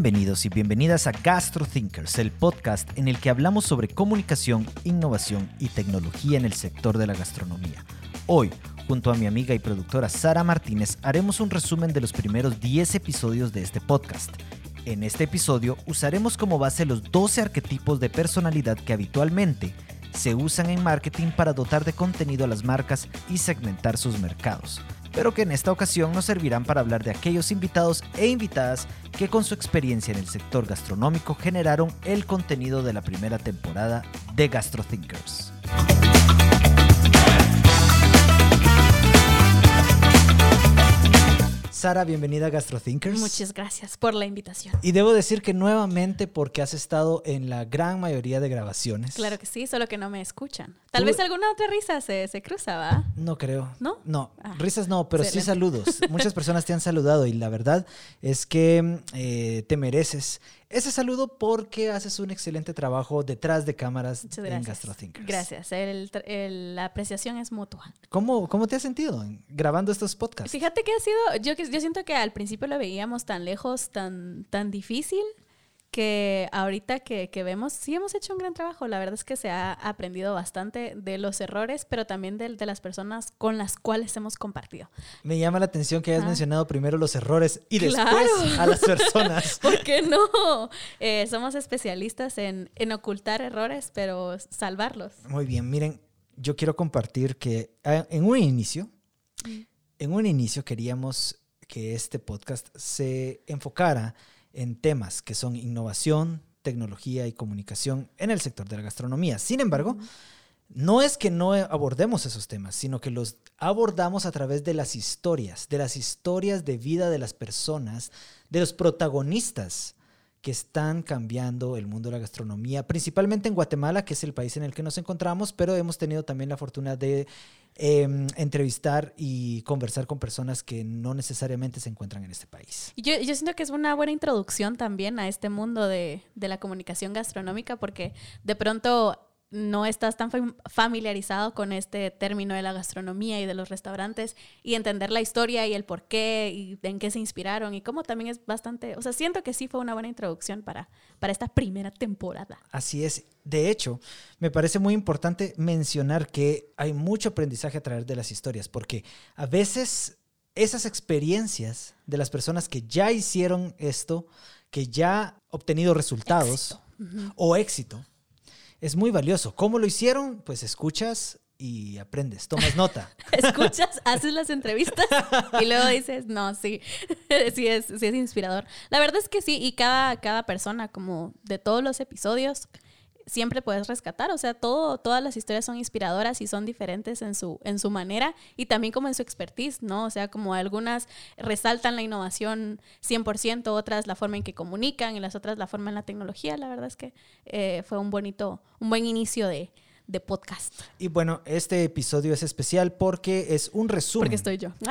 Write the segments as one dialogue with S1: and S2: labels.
S1: Bienvenidos y bienvenidas a GastroThinkers, el podcast en el que hablamos sobre comunicación, innovación y tecnología en el sector de la gastronomía. Hoy, junto a mi amiga y productora Sara Martínez, haremos un resumen de los primeros 10 episodios de este podcast. En este episodio usaremos como base los 12 arquetipos de personalidad que habitualmente se usan en marketing para dotar de contenido a las marcas y segmentar sus mercados, pero que en esta ocasión nos servirán para hablar de aquellos invitados e invitadas que con su experiencia en el sector gastronómico generaron el contenido de la primera temporada de GastroThinkers. Sara, bienvenida a GastroThinkers.
S2: Muchas gracias por la invitación.
S1: Y debo decir que nuevamente porque has estado en la gran mayoría de grabaciones.
S2: Claro que sí, solo que no me escuchan. Tal vez alguna otra risa se cruza, ¿va?
S1: No creo.
S2: ¿No?
S1: No, risas no, pero
S2: excelente.
S1: sí saludos. Muchas personas te han saludado y la verdad es que te mereces ese saludo porque haces un excelente trabajo detrás de cámaras en GastroThinkers.
S2: Gracias, la apreciación es mutua.
S1: ¿Cómo te has sentido grabando estos podcasts?
S2: Fíjate que ha sido, yo siento que al principio lo veíamos tan lejos, tan difícil, que ahorita que vemos, sí hemos hecho un gran trabajo. La verdad es que se ha aprendido bastante de los errores, pero también de las personas con las cuales hemos compartido.
S1: Me llama la atención que hayas mencionado primero los errores y
S2: ¡Claro!
S1: después a las personas.
S2: ¿Por qué no? Somos especialistas en ocultar errores, pero salvarlos.
S1: Muy bien, miren, yo quiero compartir que en un inicio queríamos que este podcast se enfocara en temas que son innovación, tecnología y comunicación en el sector de la gastronomía. Sin embargo, no es que no abordemos esos temas, sino que los abordamos a través de las historias de vida de las personas, de los protagonistas que están cambiando el mundo de la gastronomía, principalmente en Guatemala, que es el país en el que nos encontramos, pero hemos tenido también la fortuna de entrevistar y conversar con personas que no necesariamente se encuentran en este país.
S2: Yo siento que es una buena introducción también a este mundo de la comunicación gastronómica, porque de pronto no estás tan familiarizado con este término de la gastronomía y de los restaurantes, y entender la historia y el por qué y en qué se inspiraron y cómo también es bastante, o sea, siento que sí fue una buena introducción para esta primera temporada.
S1: Así es. De hecho, me parece muy importante mencionar que hay mucho aprendizaje a través de las historias, porque a veces esas experiencias de las personas que ya hicieron esto, que ya han obtenido resultados o éxito, es muy valioso. ¿Cómo lo hicieron? Pues escuchas y aprendes, tomas nota.
S2: Escuchas, haces las entrevistas y luego dices, no, sí es inspirador. La verdad es que sí, y cada persona, como de todos los episodios, siempre puedes rescatar, o sea, todas las historias son inspiradoras y son diferentes en su manera y también como en su expertise, ¿no? O sea, como algunas resaltan la innovación 100%, otras la forma en que comunican y las otras la forma en la tecnología. La verdad es que fue un buen inicio de podcast.
S1: Y bueno, este episodio es especial porque es un resumen.
S2: Porque estoy yo.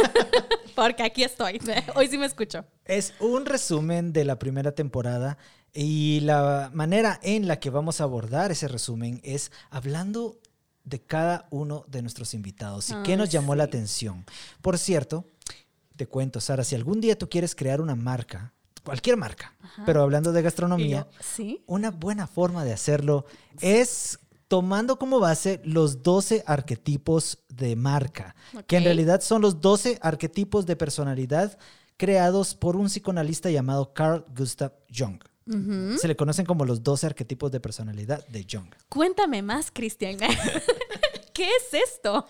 S2: Porque aquí estoy. Hoy sí me escucho.
S1: Es un resumen de la primera temporada y la manera en la que vamos a abordar ese resumen es hablando de cada uno de nuestros invitados y qué nos llamó la atención. Por cierto, te cuento, Sara, si algún día tú quieres crear una marca, cualquier marca, pero hablando de gastronomía,
S2: ¿sí?
S1: Una buena forma de hacerlo es tomando como base los 12 arquetipos de marca, que en realidad son los 12 arquetipos de personalidad creados por un psicoanalista llamado Carl Gustav Jung. Se le conocen como los 12 arquetipos de personalidad de Jung.
S2: Cuéntame más, Cristian. ¿Qué es esto?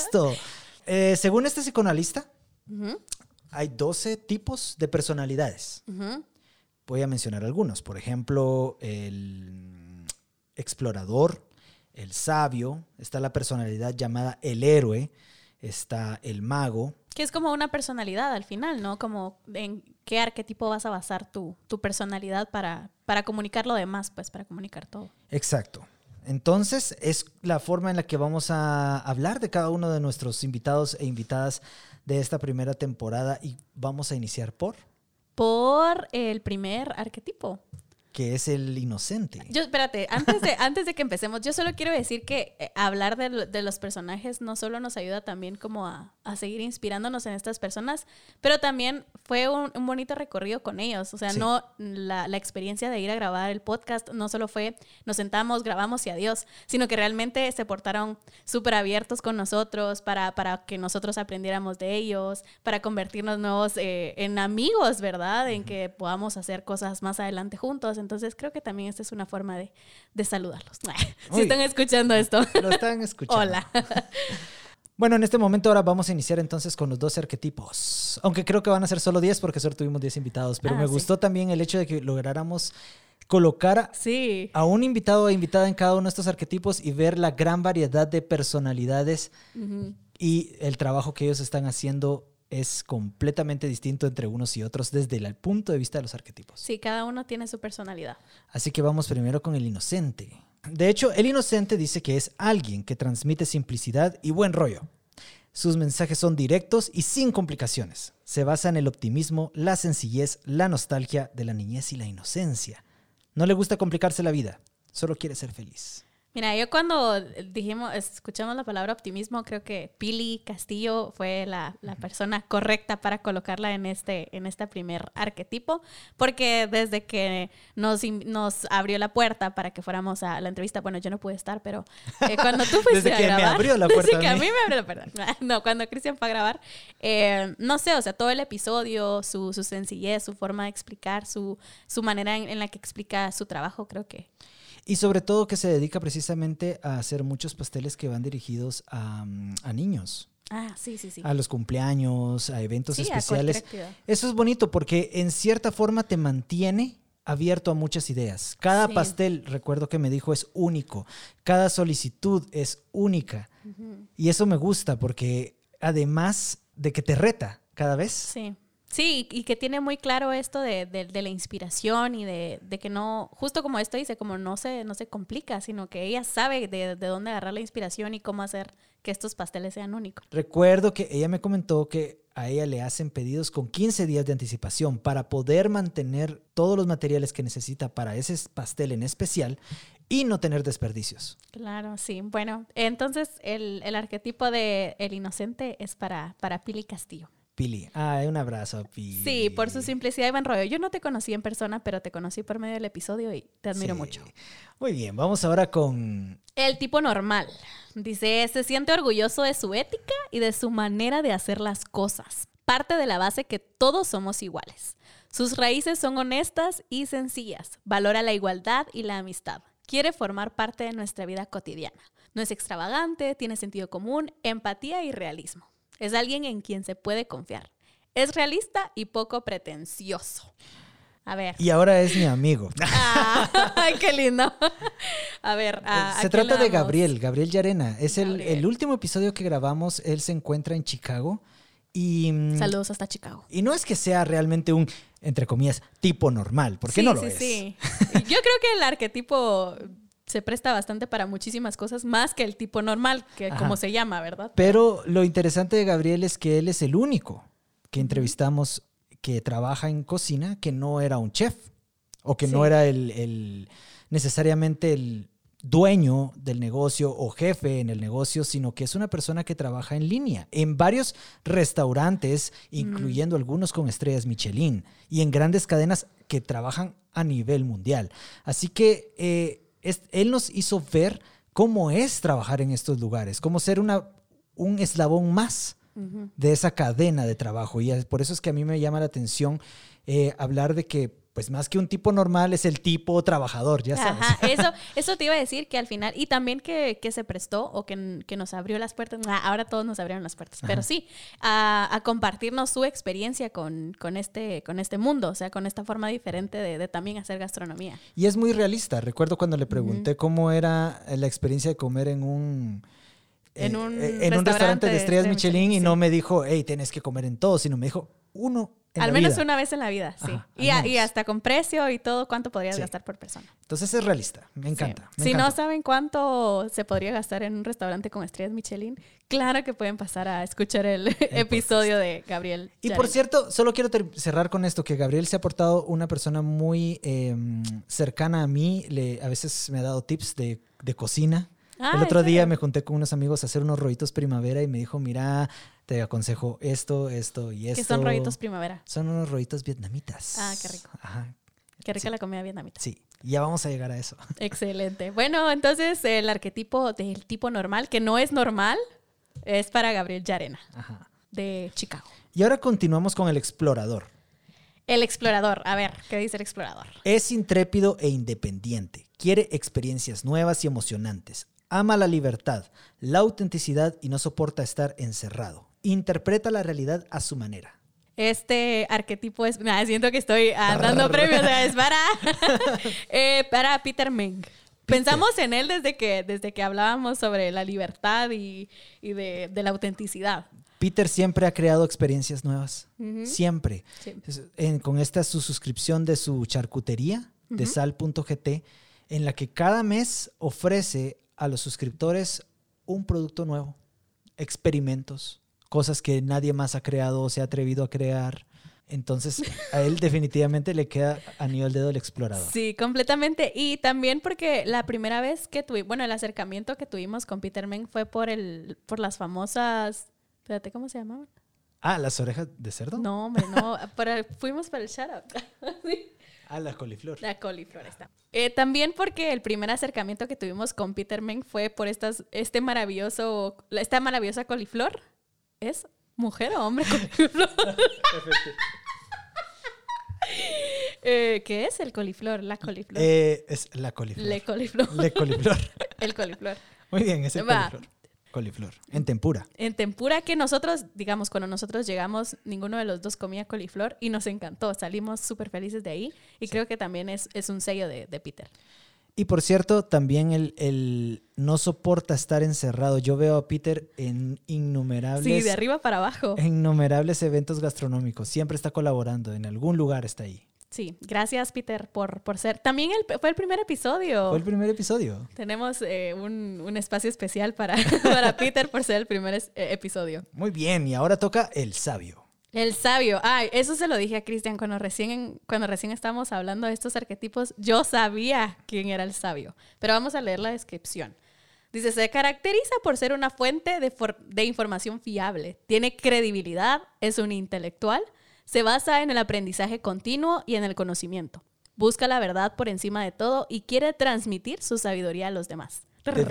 S1: Según este psicoanalista, hay 12 tipos de personalidades. Voy a mencionar algunos. Por ejemplo, el explorador, el sabio, está la personalidad llamada el héroe, está el mago.
S2: Que es como una personalidad al final, ¿no? Como en qué arquetipo vas a basar tu personalidad para comunicar lo demás, pues para comunicar todo.
S1: Exacto. Entonces, es la forma en la que vamos a hablar de cada uno de nuestros invitados e invitadas de esta primera temporada y vamos a iniciar por
S2: el primer arquetipo.
S1: que es el inocente.
S2: Espérate, antes de que empecemos, yo solo quiero decir que hablar de los personajes no solo nos ayuda también como a seguir inspirándonos en estas personas, pero también fue un bonito recorrido con ellos. O sea,
S1: Sí.
S2: no la experiencia de ir a grabar el podcast no solo fue nos sentamos, grabamos y adiós, sino que realmente se portaron súper abiertos con nosotros para que nosotros aprendiéramos de ellos, para convertirnos nuevos en amigos, ¿verdad? En que podamos hacer cosas más adelante juntos. Entonces creo que también esta es una forma de saludarlos. Si están escuchando esto.
S1: Lo están escuchando.
S2: Hola.
S1: Bueno, en este momento ahora vamos a iniciar entonces con los 12 arquetipos. Aunque creo que van a ser solo 10 porque solo tuvimos 10 invitados. Pero me gustó también el hecho de que lográramos colocar a un invitado o invitada en cada uno de estos arquetipos y ver la gran variedad de personalidades y el trabajo que ellos están haciendo es completamente distinto entre unos y otros desde el punto de vista de los arquetipos.
S2: Sí, cada uno tiene su personalidad.
S1: Así que vamos primero con el inocente. De hecho, el inocente dice que es alguien que transmite simplicidad y buen rollo. Sus mensajes son directos y sin complicaciones. Se basa en el optimismo, la sencillez, la nostalgia de la niñez y la inocencia. No le gusta complicarse la vida, solo quiere ser feliz.
S2: Mira, yo cuando escuchamos la palabra optimismo, creo que Pili Castillo fue la persona correcta para colocarla en este primer arquetipo, porque desde que nos abrió la puerta para que fuéramos a la entrevista, bueno, yo no pude estar, pero cuando tú fuiste
S1: desde
S2: a
S1: que
S2: grabar,
S1: me abrió la puerta
S2: desde que a mí me abrió la puerta, no, cuando Cristian fue a grabar, no sé, o sea, todo el episodio, su sencillez, su forma de explicar, su manera en la que explica su trabajo, creo que...
S1: Y sobre todo que se dedica precisamente a hacer muchos pasteles que van dirigidos a niños.
S2: Ah, sí.
S1: A los cumpleaños, a eventos especiales.
S2: A cualquier actividad.
S1: Eso es bonito porque en cierta forma te mantiene abierto a muchas ideas. Cada pastel, recuerdo que me dijo, es único. Cada solicitud es única. Y eso me gusta porque además de que te reta cada vez.
S2: Sí, y que tiene muy claro esto de la inspiración y de que no, justo como esto dice, como no se complica, sino que ella sabe de dónde agarrar la inspiración y cómo hacer que estos pasteles sean únicos.
S1: Recuerdo que ella me comentó que a ella le hacen pedidos con 15 días de anticipación para poder mantener todos los materiales que necesita para ese pastel en especial y no tener desperdicios.
S2: Claro, sí. Bueno, entonces el arquetipo de el inocente es para Pili Castillo.
S1: Pili. Un abrazo, Pili.
S2: Sí, por su simplicidad y buen rollo. Yo no te conocí en persona, pero te conocí por medio del episodio y te admiro mucho.
S1: Muy bien, vamos ahora con...
S2: El tipo normal. Dice, se siente orgulloso de su ética y de su manera de hacer las cosas. Parte de la base que todos somos iguales. Sus raíces son honestas y sencillas. Valora la igualdad y la amistad. Quiere formar parte de nuestra vida cotidiana. No es extravagante, tiene sentido común, empatía y realismo. Es alguien en quien se puede confiar. Es realista y poco pretencioso. A ver.
S1: Y ahora es mi amigo.
S2: ¡Ay, qué lindo! A ver.
S1: Se trata de Gabriel Llarena. Es el último episodio que grabamos. Él se encuentra en Chicago. Y,
S2: saludos hasta Chicago.
S1: Y no es que sea realmente un, entre comillas, tipo normal, porque no lo es.
S2: Sí. Yo creo que el arquetipo se presta bastante para muchísimas cosas, más que el tipo normal, que como se llama, ¿verdad?
S1: Pero lo interesante de Gabriel es que él es el único que entrevistamos que trabaja en cocina, que no era un chef, o que no era necesariamente el dueño del negocio o jefe en el negocio, sino que es una persona que trabaja en línea en varios restaurantes, incluyendo algunos con estrellas Michelin, y en grandes cadenas que trabajan a nivel mundial. Así que él nos hizo ver cómo es trabajar en estos lugares, cómo ser un eslabón más de esa cadena de trabajo. Y por eso es que a mí me llama la atención hablar de que pues más que un tipo normal es el tipo trabajador, ya sabes.
S2: Ajá, eso te iba a decir que al final, y también que se prestó o que nos abrió las puertas, ahora todos nos abrieron las puertas, pero sí, a compartirnos su experiencia con este mundo, o sea, con esta forma diferente de también hacer gastronomía.
S1: Y es muy realista. Recuerdo cuando le pregunté cómo era la experiencia de comer en un restaurante de estrellas Michelin y no me dijo, hey, tienes que comer en todo, sino me dijo, uno
S2: Al menos una vez en la vida, sí.
S1: Ajá,
S2: Y hasta con precio y todo, ¿cuánto podrías gastar por persona?
S1: Entonces es realista. Me encanta.
S2: Sí. Si no saben cuánto se podría gastar en un restaurante con estrellas Michelin, claro que pueden pasar a escuchar el episodio de Gabriel.
S1: Y por cierto, solo quiero cerrar con esto, que Gabriel se ha portado una persona muy cercana a mí. A veces me ha dado tips de cocina. El otro día me junté con unos amigos a hacer unos rollitos primavera y me dijo, mira, te aconsejo esto y esto.
S2: ¿Qué son rollitos primavera?
S1: Son unos rollitos vietnamitas.
S2: Ah, qué rico.
S1: Ajá.
S2: Qué rica la comida vietnamita.
S1: Sí, ya vamos a llegar a eso.
S2: Excelente. Bueno, entonces el arquetipo del tipo normal, que no es normal, es para Gabriel Llarena, de Chicago.
S1: Y ahora continuamos con el explorador.
S2: El explorador. A ver, ¿qué dice el explorador?
S1: Es intrépido e independiente. Quiere experiencias nuevas y emocionantes. Ama la libertad, la autenticidad y no soporta estar encerrado. Interpreta la realidad a su manera.
S2: Este arquetipo es... siento que estoy dando premios. O sea, es para Peter Meng. Pensamos en él desde que hablábamos sobre la libertad y de la autenticidad.
S1: Peter siempre ha creado experiencias nuevas. Siempre.
S2: Sí.
S1: Con esta su suscripción de su charcutería, de sal.gt, en la que cada mes ofrece a los suscriptores un producto nuevo, experimentos, cosas que nadie más ha creado o se ha atrevido a crear. Entonces, a él definitivamente le queda anillo al dedo el explorador.
S2: Sí, completamente. Y también porque la primera vez que el acercamiento que tuvimos con Peter Meng fue por las famosas... Espérate, ¿cómo se llamaban?
S1: ¿Las orejas de cerdo?
S2: No, hombre, no. Fuimos para el shoutout. Sí.
S1: La coliflor.
S2: La coliflor está. También porque el primer acercamiento que tuvimos con Peter Meng fue por esta maravillosa coliflor. ¿Es mujer o hombre coliflor? ¿Qué es el coliflor? La coliflor.
S1: Es la coliflor.
S2: Le coliflor.
S1: Le coliflor.
S2: El coliflor.
S1: Muy bien, es el coliflor. Coliflor. En tempura.
S2: En tempura, que nosotros, digamos, cuando nosotros llegamos, ninguno de los dos comía coliflor y nos encantó. Salimos súper felices de ahí y creo que también es un sello de Peter.
S1: Y por cierto, también el no soporta estar encerrado. Yo veo a Peter en innumerables...
S2: Sí, de arriba para abajo.
S1: En innumerables eventos gastronómicos. Siempre está colaborando. En algún lugar está ahí.
S2: Sí, gracias Peter por ser... También fue el primer episodio.
S1: Fue el primer episodio.
S2: Tenemos un espacio especial para Peter por ser el primer episodio.
S1: Muy bien, y ahora toca el sabio.
S2: El sabio. Eso se lo dije a Cristian cuando recién estábamos hablando de estos arquetipos. Yo sabía quién era el sabio. Pero vamos a leer la descripción. Dice, se caracteriza por ser una fuente de información fiable. Tiene credibilidad, es un intelectual. Se basa en el aprendizaje continuo y en el conocimiento. Busca la verdad por encima de todo y quiere transmitir su sabiduría a los demás.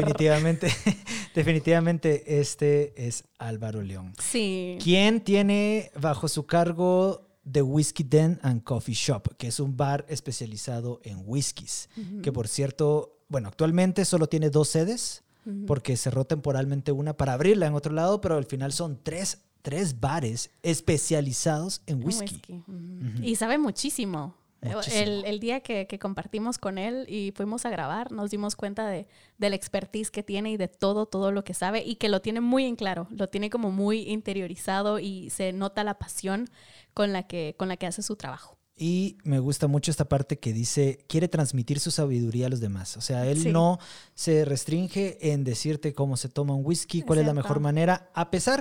S1: Definitivamente este es Álvaro León.
S2: Sí.
S1: Quien tiene bajo su cargo The Whiskey Den and Coffee Shop, que es un bar especializado en whiskies. Que por cierto, actualmente solo tiene 2 sedes, porque cerró temporalmente una para abrirla en otro lado, pero al final son 3 bares especializados en whisky.
S2: Y sabe muchísimo. El día que compartimos con él y fuimos a grabar, nos dimos cuenta del expertise que tiene y de todo lo que sabe y que lo tiene muy en claro, lo tiene como muy interiorizado y se nota la pasión con la que hace su trabajo.
S1: Y me gusta mucho esta parte que dice, quiere transmitir su sabiduría a los demás. O sea, él no se restringe en decirte cómo se toma un whisky, cuál es la mejor manera, a pesar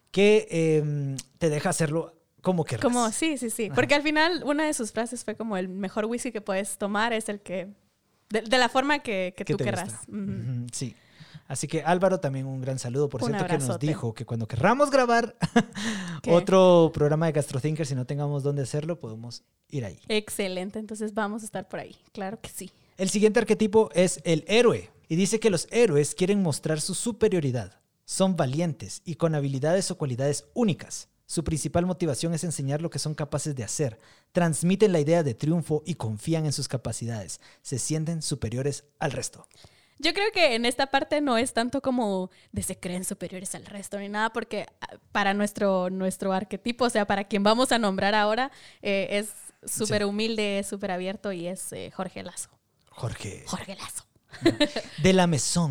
S1: que te deja hacerlo como querrás.
S2: Sí. Porque al final una de sus frases fue como el mejor whisky que puedes tomar es el que... De la forma que tú querrás.
S1: Sí. Así que Álvaro, también un gran saludo. Por cierto, que nos dijo que cuando querramos grabar otro programa de GastroThinker, si no tengamos dónde hacerlo, podemos ir ahí.
S2: Excelente. Entonces vamos a estar por ahí. Claro que sí.
S1: El siguiente arquetipo es el héroe. Y dice que los héroes quieren mostrar su superioridad. Son valientes y con habilidades o cualidades únicas. Su principal motivación es enseñar lo que son capaces de hacer. Transmiten la idea de triunfo y confían en sus capacidades. Se sienten superiores al resto.
S2: Yo creo que en esta parte no es tanto como de se creen superiores al resto ni nada, porque para nuestro arquetipo, o sea, para quien vamos a nombrar ahora, es súper humilde, súper abierto y es Jorge Lazo.
S1: Jorge
S2: Lazo.
S1: De la Maison.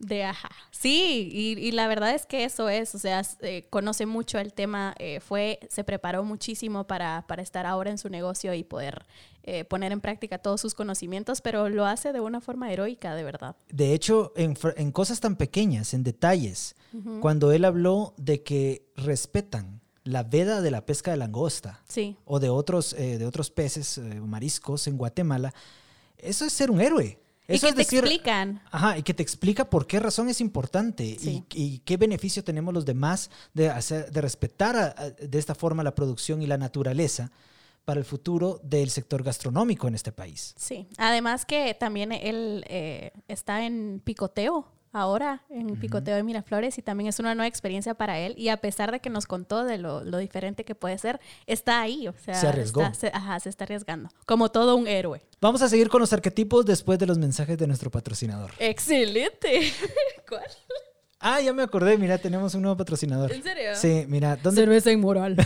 S2: Ajá. Sí, y la verdad es que eso es, o sea, conoce mucho el tema, se preparó muchísimo para estar ahora en su negocio y poder poner en práctica todos sus conocimientos, pero lo hace de una forma heroica, de verdad.
S1: De hecho, en cosas tan pequeñas, en detalles, cuando él habló de que respetan la veda de la pesca de langosta
S2: sí.
S1: o de otros peces, mariscos en Guatemala, eso es ser un héroe. Eso
S2: y que
S1: es
S2: te
S1: decir,
S2: explican.
S1: Ajá, y que te explica por qué razón es importante y qué beneficio tenemos los demás de respetar de esta forma la producción y la naturaleza para el futuro del sector gastronómico en este país.
S2: Sí, además que también él está en picoteo ahora, en picoteo de Miraflores, y también es una nueva experiencia para él, y a pesar de que nos contó de lo diferente que puede ser, está ahí, o sea,
S1: se arriesgó.
S2: Se está arriesgando, como todo un héroe.
S1: Vamos a seguir con los arquetipos después de los mensajes de nuestro patrocinador.
S2: ¡Excelente! ¿Cuál?
S1: Ah, ya me acordé, mira, tenemos un nuevo patrocinador.
S2: ¿En serio?
S1: Sí, mira.
S2: Cerveza inmoral.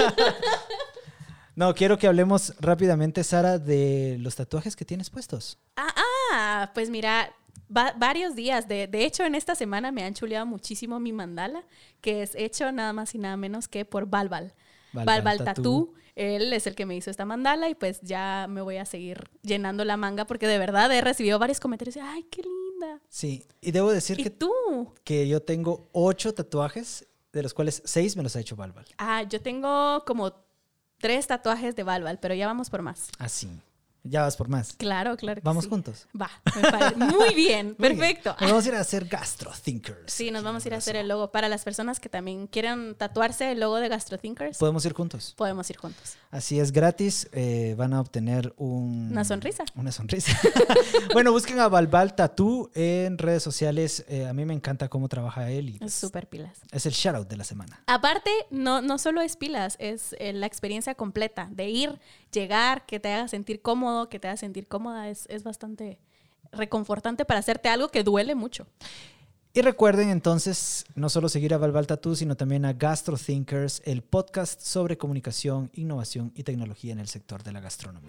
S1: No, quiero que hablemos rápidamente, Sara, de los tatuajes que tienes puestos.
S2: Pues mira, varios días. De hecho, en esta semana me han chuleado muchísimo mi mandala, que es hecho nada más y nada menos que por Balbal. Balbal Tattoo. Él es el que me hizo esta mandala y pues ya me voy a seguir llenando la manga porque de verdad he recibido varios comentarios de ¡ay, qué linda!
S1: Sí, y debo decir que yo tengo 8 tatuajes, de los cuales 6 me los ha hecho Balbal.
S2: Yo tengo como 3 tatuajes de Balbal, pero ya vamos por más.
S1: Ah, sí. Ya vas por más.
S2: Claro, claro.
S1: ¿Vamos juntos?
S2: Va, me parece. Muy bien, perfecto.
S1: Nos vamos a ir a hacer Gastro Thinkers.
S2: Sí, nos vamos a ir a hacer el logo. Para las personas que también quieran tatuarse el logo de Gastro Thinkers.
S1: ¿Podemos ir juntos?
S2: Podemos ir juntos.
S1: Así es, gratis. Van a obtener una
S2: sonrisa.
S1: Una sonrisa. Bueno, busquen a Balbal Tattoo en redes sociales. A mí me encanta cómo trabaja él. Y,
S2: es súper pilas.
S1: Es el shoutout de la semana.
S2: Aparte, no solo es pilas, es la experiencia completa de ir, llegar, que te haga sentir cómodo, que te haga sentir cómoda, es bastante reconfortante para hacerte algo que duele mucho.
S1: Y recuerden entonces no solo seguir a Balbal Tattoo, sino también a Gastro Thinkers, el podcast sobre comunicación, innovación y tecnología en el sector de la gastronomía.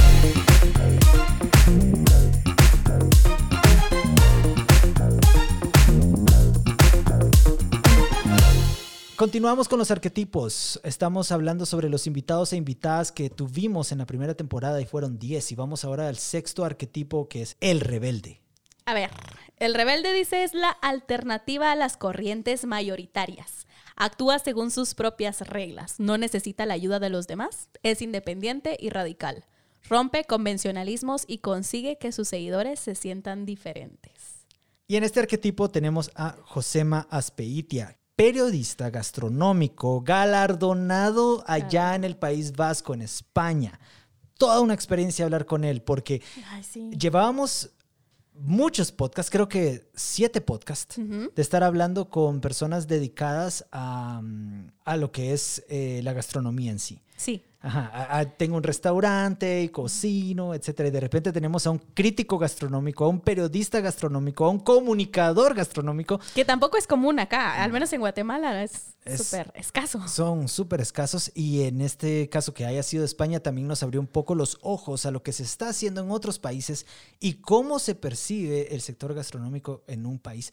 S1: Continuamos con los arquetipos. Estamos hablando sobre los invitados e invitadas que tuvimos en la primera temporada y fueron 10. Y vamos ahora al 6º arquetipo, que es el rebelde.
S2: A ver, el rebelde, dice, es la alternativa a las corrientes mayoritarias. Actúa según sus propias reglas. No necesita la ayuda de los demás. Es independiente y radical. Rompe convencionalismos y consigue que sus seguidores se sientan diferentes.
S1: Y en este arquetipo tenemos a Josema Azpeitia, periodista gastronómico, galardonado allá en el País Vasco, en España. Toda una experiencia hablar con él, porque llevábamos muchos podcasts, creo que 7 podcasts, de estar hablando con personas dedicadas a lo que es la gastronomía en sí.
S2: Sí.
S1: Ajá, tengo un restaurante y cocino, etcétera. Y de repente tenemos a un crítico gastronómico, a un periodista gastronómico, a un comunicador gastronómico.
S2: Que tampoco es común acá, al menos en Guatemala es súper escaso.
S1: Son súper escasos y en este caso que haya sido de España también nos abrió un poco los ojos a lo que se está haciendo en otros países y cómo se percibe el sector gastronómico en un país,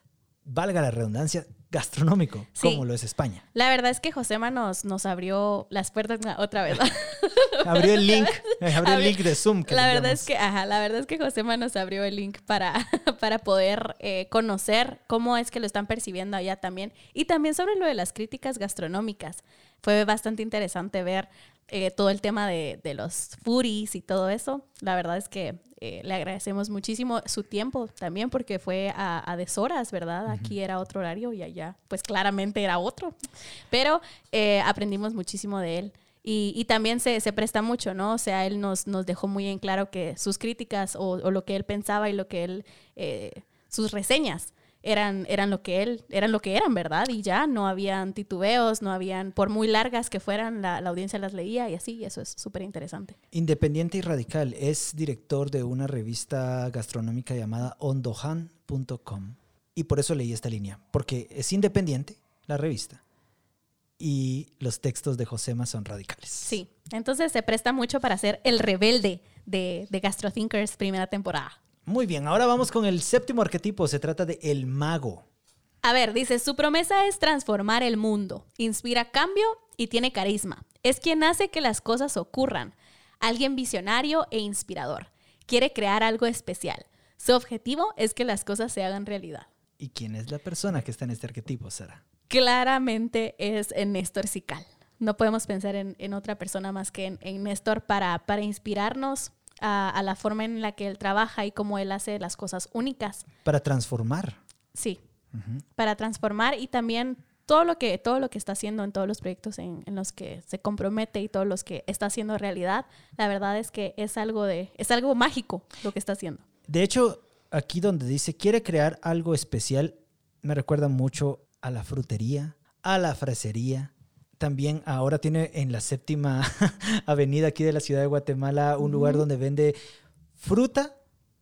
S1: valga la redundancia, gastronómico, como lo es España.
S2: La verdad es que Josema nos abrió las puertas otra vez.
S1: Abrió el link de Zoom.
S2: La verdad es que Josema nos abrió el link para poder conocer cómo es que lo están percibiendo allá también. Y también sobre lo de las críticas gastronómicas. Fue bastante interesante ver todo el tema de los foodies y todo eso. La verdad es que le agradecemos muchísimo su tiempo también porque fue a deshoras, ¿verdad? Aquí era otro horario y allá pues claramente era otro. Pero aprendimos muchísimo de él. Y también se presta mucho, ¿no? O sea, él nos dejó muy en claro que sus críticas o lo que él pensaba y lo que él sus reseñas eran lo que eran, ¿verdad? Y ya no habían titubeos, no habían, por muy largas que fueran, la audiencia las leía y así, y eso es súper interesante.
S1: Independiente y radical, es director de una revista gastronómica llamada ondohan.com y por eso leí esta línea, porque es independiente la revista y los textos de Josema son radicales.
S2: Sí, entonces se presta mucho para ser el rebelde de Gastro Thinkers primera temporada.
S1: Muy bien, ahora vamos con el séptimo arquetipo. Se trata de el mago.
S2: A ver, dice, su promesa es transformar el mundo, inspira cambio y tiene carisma. Es quien hace que las cosas ocurran. Alguien visionario e inspirador. Quiere crear algo especial. Su objetivo es que las cosas se hagan realidad.
S1: ¿Y quién es la persona que está en este arquetipo, Sara?
S2: Claramente es Néstor Sical. No podemos pensar en otra persona más que en Néstor para inspirarnos a la forma en la que él trabaja y cómo él hace las cosas únicas.
S1: Para transformar.
S2: Sí, para transformar y también todo lo que está haciendo en todos los proyectos en los que se compromete y todos los que está haciendo realidad. La verdad es que es algo mágico lo que está haciendo.
S1: De hecho, aquí donde dice quiere crear algo especial, me recuerda mucho a la frutería, a la fresería. También ahora tiene en la 7ª avenida aquí de la ciudad de Guatemala un lugar donde vende fruta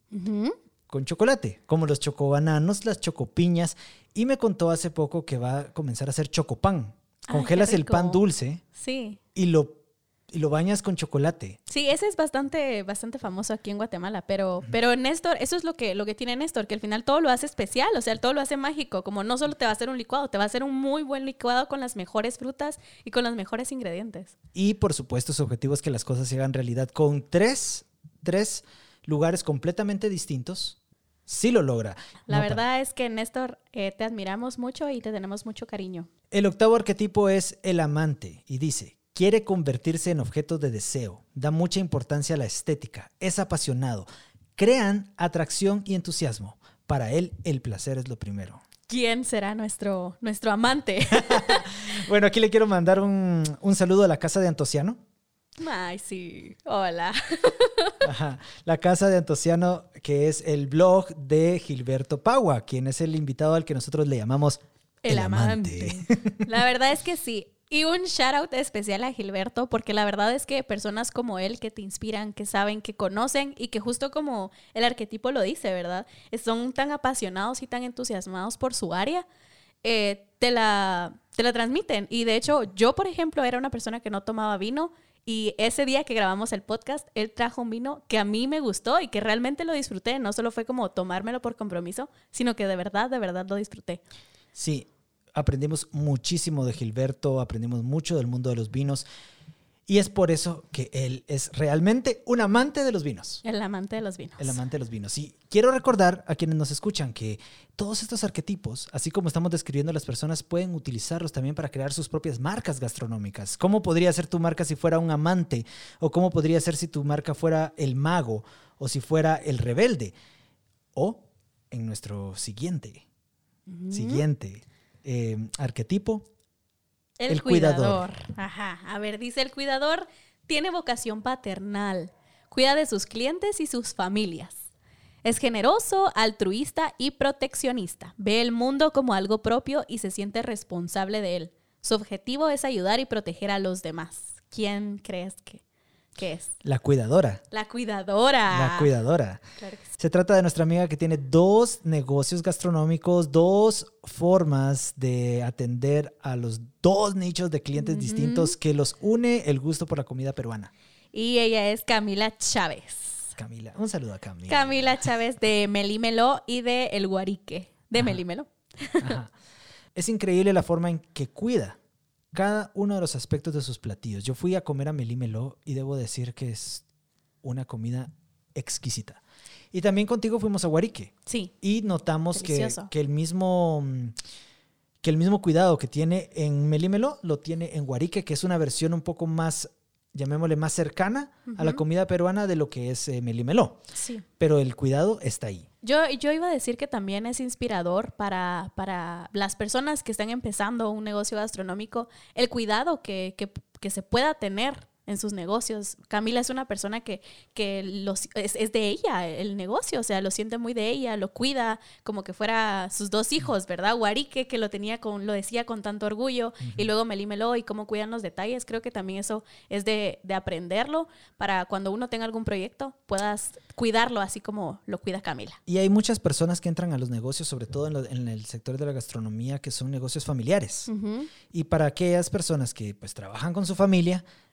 S1: con chocolate, como los chocobananos, las chocopiñas. Y me contó hace poco que va a comenzar a hacer chocopán. Congelas el pan dulce y lo bañas con chocolate.
S2: Sí, ese es bastante famoso aquí en Guatemala, pero Néstor, eso es lo que tiene Néstor, que al final todo lo hace especial, o sea, todo lo hace mágico, como no solo te va a hacer un licuado, te va a hacer un muy buen licuado con las mejores frutas y con los mejores ingredientes.
S1: Y por supuesto su objetivo es que las cosas se hagan realidad con tres lugares completamente distintos. Sí lo logra.
S2: La verdad es que, Néstor, te admiramos mucho y te tenemos mucho cariño.
S1: El 8º arquetipo es el amante y dice, quiere convertirse en objeto de deseo, da mucha importancia a la estética, es apasionado, crean atracción y entusiasmo. Para él, el placer es lo primero.
S2: ¿Quién será nuestro amante?
S1: Bueno, aquí le quiero mandar un saludo a la Casa de Antociano.
S2: Ay, sí. Hola.
S1: Ajá. La Casa de Antociano, que es el blog de Gilberto Pagua, quien es el invitado al que nosotros le llamamos el amante.
S2: La verdad es que sí. Y un shout out especial a Gilberto, porque la verdad es que personas como él que te inspiran, que saben, que conocen y que justo como el arquetipo lo dice, ¿verdad? Son tan apasionados y tan entusiasmados por su área, te la transmiten. Y de hecho, yo, por ejemplo, era una persona que no tomaba vino. Y ese día que grabamos el podcast, él trajo un vino que a mí me gustó y que realmente lo disfruté. No solo fue como tomármelo por compromiso, sino que de verdad lo disfruté.
S1: Sí, aprendimos muchísimo de Gilberto, aprendimos mucho del mundo de los vinos. Y es por eso que él es realmente un amante de los vinos.
S2: El amante de los vinos.
S1: El amante de los vinos. Y quiero recordar a quienes nos escuchan que todos estos arquetipos, así como estamos describiendo a las personas, pueden utilizarlos también para crear sus propias marcas gastronómicas. ¿Cómo podría ser tu marca si fuera un amante? ¿O cómo podría ser si tu marca fuera el mago? ¿O si fuera el rebelde? O en nuestro siguiente arquetipo, el cuidador.
S2: Ajá. A ver, dice el cuidador, tiene vocación paternal. Cuida de sus clientes y sus familias. Es generoso, altruista y proteccionista. Ve el mundo como algo propio y se siente responsable de él. Su objetivo es ayudar y proteger a los demás. ¿Quién crees que es?
S1: La cuidadora.
S2: La cuidadora.
S1: La cuidadora.
S2: Claro que sí.
S1: Se trata de nuestra amiga que tiene 2 negocios gastronómicos, 2 formas de atender a los 2 nichos de clientes distintos que los une el gusto por la comida peruana.
S2: Y ella es Camila Chávez.
S1: Camila, un saludo a Camila.
S2: Camila Chávez de Melímelo y de El Guarique de Melímelo.
S1: Ajá. Es increíble la forma en que cuida cada uno de los aspectos de sus platillos. Yo fui a comer a Melímelo y debo decir que es una comida exquisita. Y también contigo fuimos a Guarique.
S2: Sí.
S1: Y notamos que el mismo cuidado que tiene en Melímelo lo tiene en Guarique, que es una versión un poco más, llamémosle, más cercana a la comida peruana de lo que es Melímelo.
S2: Sí.
S1: Pero el cuidado está ahí.
S2: Yo iba a decir que también es inspirador para las personas que están empezando un negocio gastronómico, el cuidado que se pueda tener en sus negocios. Camila es una persona que es de ella el negocio, o sea, lo siente muy de ella, lo cuida como que fuera sus 2 hijos, ¿verdad? Guarique, que lo decía con tanto orgullo, y luego Melímelo y cómo cuidan los detalles. Creo que también eso es de aprenderlo para cuando uno tenga algún proyecto puedas cuidarlo así como lo cuida Camila.
S1: Y hay muchas personas que entran a los negocios, sobre todo en el sector de la gastronomía, que son negocios familiares. Y para aquellas personas que pues trabajan con su familia,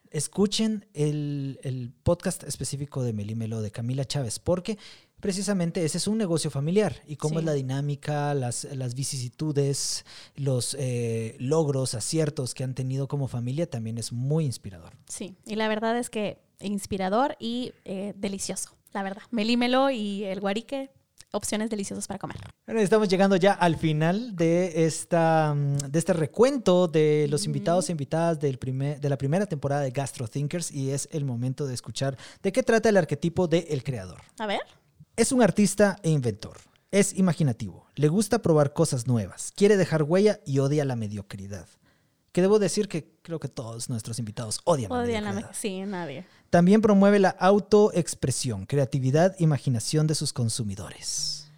S1: escuchen el podcast específico de Melímelo de Camila Chávez, porque precisamente ese es un negocio familiar y cómo es la dinámica, las vicisitudes, los logros, aciertos que han tenido como familia también es muy inspirador.
S2: Sí, y la verdad es que inspirador y delicioso, la verdad. Melímelo y el guarique, opciones deliciosas para comer.
S1: Bueno, estamos llegando ya al final de este recuento de los invitados e invitadas de la primera temporada de Gastro Thinkers, y es el momento de escuchar de qué trata el arquetipo de El Creador.
S2: A ver.
S1: Es un artista e inventor. Es imaginativo. Le gusta probar cosas nuevas. Quiere dejar huella y odia la mediocridad. Que debo decir que creo que todos nuestros invitados odian la mediocridad.
S2: Sí, nadie.
S1: También promueve la autoexpresión, creatividad, imaginación de sus consumidores.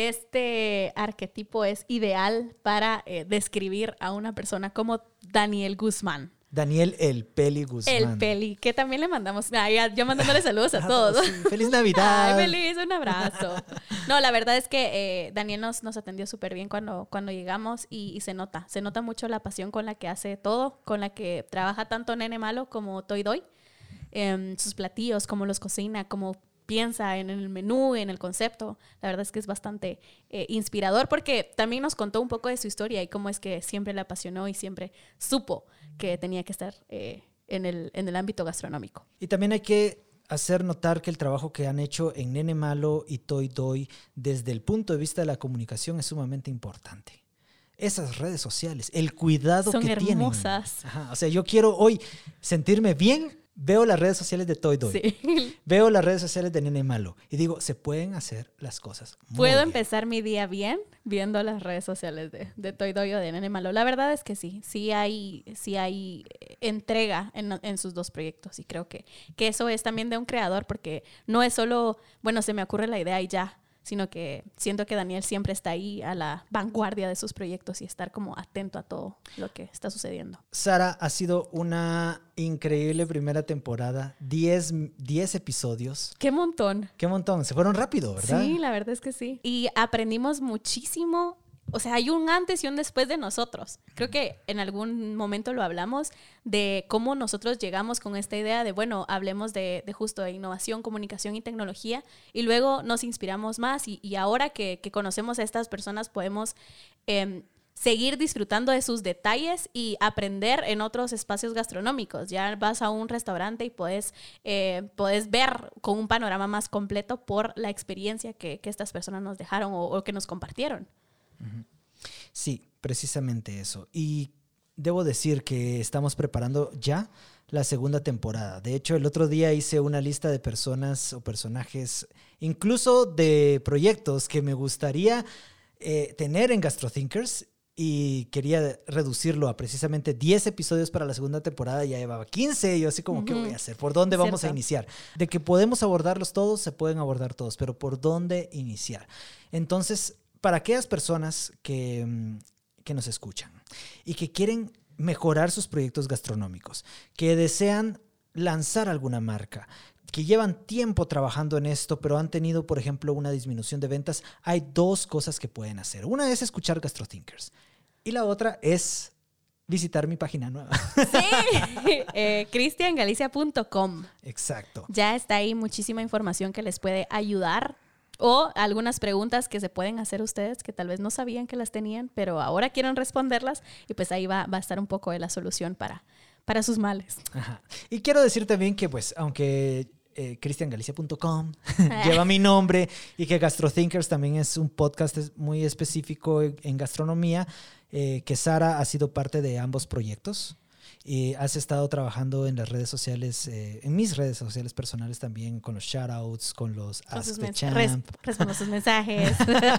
S2: Este arquetipo es ideal para describir a una persona como Daniel Guzmán.
S1: Daniel El Peli Guzmán.
S2: El Peli, que también le mandamos, yo mandándole saludos a todos.
S1: Sí, ¡feliz Navidad!
S2: ¡Ay, feliz! Un abrazo. No, la verdad es que Daniel nos atendió súper bien cuando llegamos y se nota mucho la pasión con la que hace todo, con la que trabaja tanto Nene Malo como Toy Doy, sus platillos, cómo los cocina, cómo piensa en el menú, en el concepto. La verdad es que es bastante inspirador, porque también nos contó un poco de su historia y cómo es que siempre le apasionó y siempre supo que tenía que estar en el ámbito gastronómico.
S1: Y también hay que hacer notar que el trabajo que han hecho en Nene Malo y Toy Doy desde el punto de vista de la comunicación es sumamente importante. Esas redes sociales, el cuidado
S2: son
S1: que
S2: hermosas.
S1: Tienen. Ajá, o sea, yo quiero hoy sentirme bien. Veo las redes sociales de Toy Doy.
S2: Sí.
S1: Veo las redes sociales de Nene Malo. Y digo, se pueden hacer las cosas muy
S2: ¿Puedo
S1: bien.
S2: empezar mi día bien viendo las redes sociales de Toy Doy o de Nene Malo? La verdad es que sí. Sí hay entrega en sus dos proyectos. Y creo que eso es también de un creador, porque no es solo, bueno, se me ocurre la idea y ya, sino que siento que Daniel siempre está ahí a la vanguardia de sus proyectos y estar como atento a todo lo que está sucediendo.
S1: Sara, ha sido una increíble primera temporada, 10 episodios.
S2: ¡Qué montón!
S1: ¡Qué montón! Se fueron rápido, ¿verdad?
S2: Sí, la verdad es que sí. Y aprendimos muchísimo. O sea, hay un antes y un después de nosotros. Creo que en algún momento lo hablamos de cómo nosotros llegamos con esta idea de, bueno, hablemos de justo de innovación, comunicación y tecnología, y luego nos inspiramos más y ahora que conocemos a estas personas podemos seguir disfrutando de sus detalles y aprender en otros espacios gastronómicos. Ya vas a un restaurante y puedes ver con un panorama más completo por la experiencia que estas personas nos dejaron o que nos compartieron.
S1: Sí, precisamente eso. Y debo decir que estamos preparando ya la segunda temporada. De hecho, el otro día hice una lista de personas o personajes, incluso de proyectos que me gustaría tener en Gastro Thinkers, y quería reducirlo a precisamente 10 episodios para la segunda temporada. Ya llevaba 15 y yo así como, ¿qué voy a hacer? ¿Por dónde vamos a iniciar? De que podemos abordarlos todos, se pueden abordar todos, pero ¿por dónde iniciar? Entonces, para aquellas personas que nos escuchan y que quieren mejorar sus proyectos gastronómicos, que desean lanzar alguna marca, que llevan tiempo trabajando en esto, pero han tenido, por ejemplo, una disminución de ventas, hay dos cosas que pueden hacer. Una es escuchar Gastro Thinkers y la otra es visitar mi página nueva.
S2: Sí, cristiangalicia.com.
S1: Exacto.
S2: Ya está ahí muchísima información que les puede ayudar, o algunas preguntas que se pueden hacer ustedes que tal vez no sabían que las tenían, pero ahora quieren responderlas, y pues ahí va a estar un poco de la solución para sus males.
S1: Ajá. Y quiero decir también que, pues, aunque cristiangalicia.com lleva mi nombre y que Gastro Thinkers también es un podcast muy específico en gastronomía, que Sara ha sido parte de ambos proyectos. Y has estado trabajando en las redes sociales, en mis redes sociales personales también, con los shoutouts, con los Ask the Champ.
S2: Respondo sus mensajes.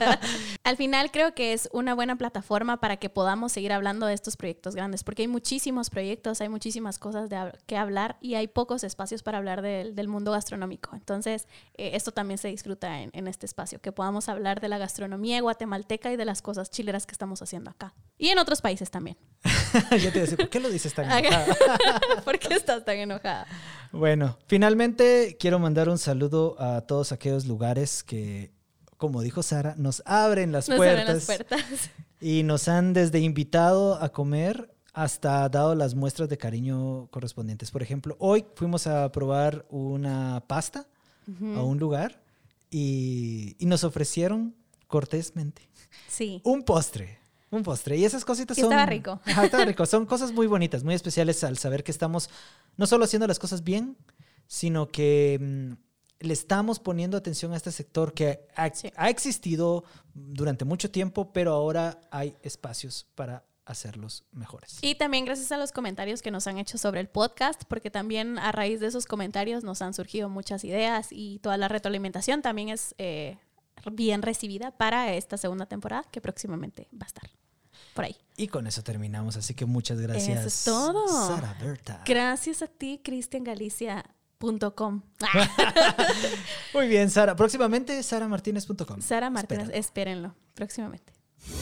S2: Al final creo que es una buena plataforma para que podamos seguir hablando de estos proyectos grandes, porque hay muchísimos proyectos, hay muchísimas cosas que hablar y hay pocos espacios para hablar del mundo gastronómico. Entonces, esto también se disfruta en este espacio, que podamos hablar de la gastronomía guatemalteca y de las cosas chileras que estamos haciendo acá. Y en otros países también.
S1: Yo te iba a decir, ¿por qué lo dices tan enojada?
S2: ¿Por qué estás tan enojada?
S1: Bueno, finalmente quiero mandar un saludo a todos aquellos lugares que, como dijo Sara, nos abren las puertas.
S2: Abren las puertas.
S1: Y nos han desde invitado a comer hasta dado las muestras de cariño correspondientes. Por ejemplo, hoy fuimos a probar una pasta a un lugar y nos ofrecieron cortésmente un postre. Y esas cositas son...
S2: Estaba rico.
S1: Ajá, estaba rico. Son cosas muy bonitas, muy especiales al saber que estamos no solo haciendo las cosas bien, sino que le estamos poniendo atención a este sector que ha existido durante mucho tiempo, pero ahora hay espacios para hacerlos mejores.
S2: Y también gracias a los comentarios que nos han hecho sobre el podcast, porque también a raíz de esos comentarios nos han surgido muchas ideas y toda la retroalimentación también es bien recibida para esta segunda temporada que próximamente va a estar por ahí.
S1: Y con eso terminamos, así que muchas gracias.
S2: Eso es todo.
S1: Sara Berta.
S2: Gracias a ti, cristiangalicia.com.
S1: Muy bien, Sara. Próximamente, saramartinez.com.
S2: Sara Martínez, espérenlo, próximamente.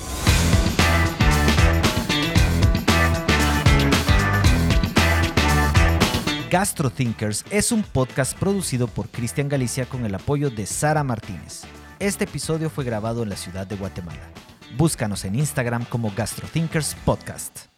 S1: GastroThinkers es un podcast producido por Cristian Galicia con el apoyo de Sara Martínez. Este episodio fue grabado en la ciudad de Guatemala. Búscanos en Instagram como GastroThinkers Podcast.